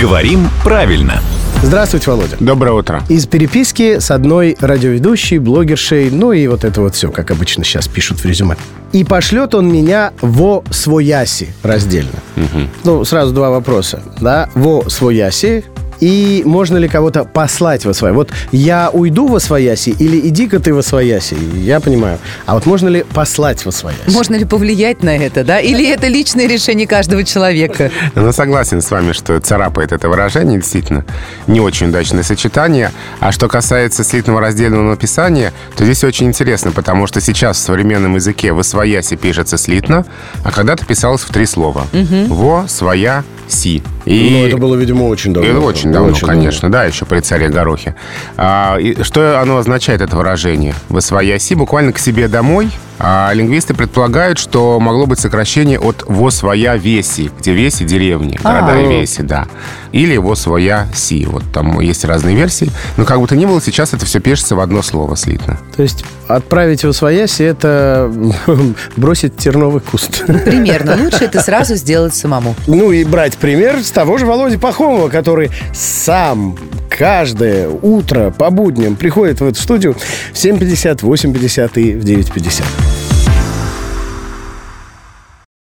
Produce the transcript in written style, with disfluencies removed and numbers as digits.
Говорим правильно. Здравствуйте, Володя. Доброе утро. Из переписки с одной радиоведущей, блогершей, ну и вот это вот все, как обычно сейчас пишут в резюме. И пошлет он меня во свояси раздельно. Ну, сразу два вопроса. Да, во свояси. И можно ли кого-то послать во свояси? Вот я уйду во свояси или иди-ка ты во свояси? Я понимаю. А вот можно ли послать во свояси? Можно ли повлиять на это, да? Или это личное решение каждого человека? Ну, согласен с вами, что царапает это выражение, действительно, не очень удачное сочетание. А что касается слитного раздельного написания, то здесь очень интересно, потому что сейчас в современном языке во свояси пишется слитно, а когда-то писалось в 3 слова. Во, своя, си. Ну, это было, видимо, очень давно. Это очень давно, конечно, да, еще при царе Горохе. И что оно означает, это выражение? Во свояси, буквально к себе домой. А лингвисты предполагают, что могло быть сокращение от «во своя веси», где веси — деревни, города и веси, да. Или «во своя си». Вот там есть разные версии. Но как бы то ни было, сейчас это все пишется в одно слово слитно. То есть отправить во свояси — это бросить терновый куст. Примерно. Лучше это сразу сделать самому. Ну и брать пример с того же Володи Пахомова, который сам каждое утро по будням приходит в эту студию в 7:50, 8:50 и в 9:50.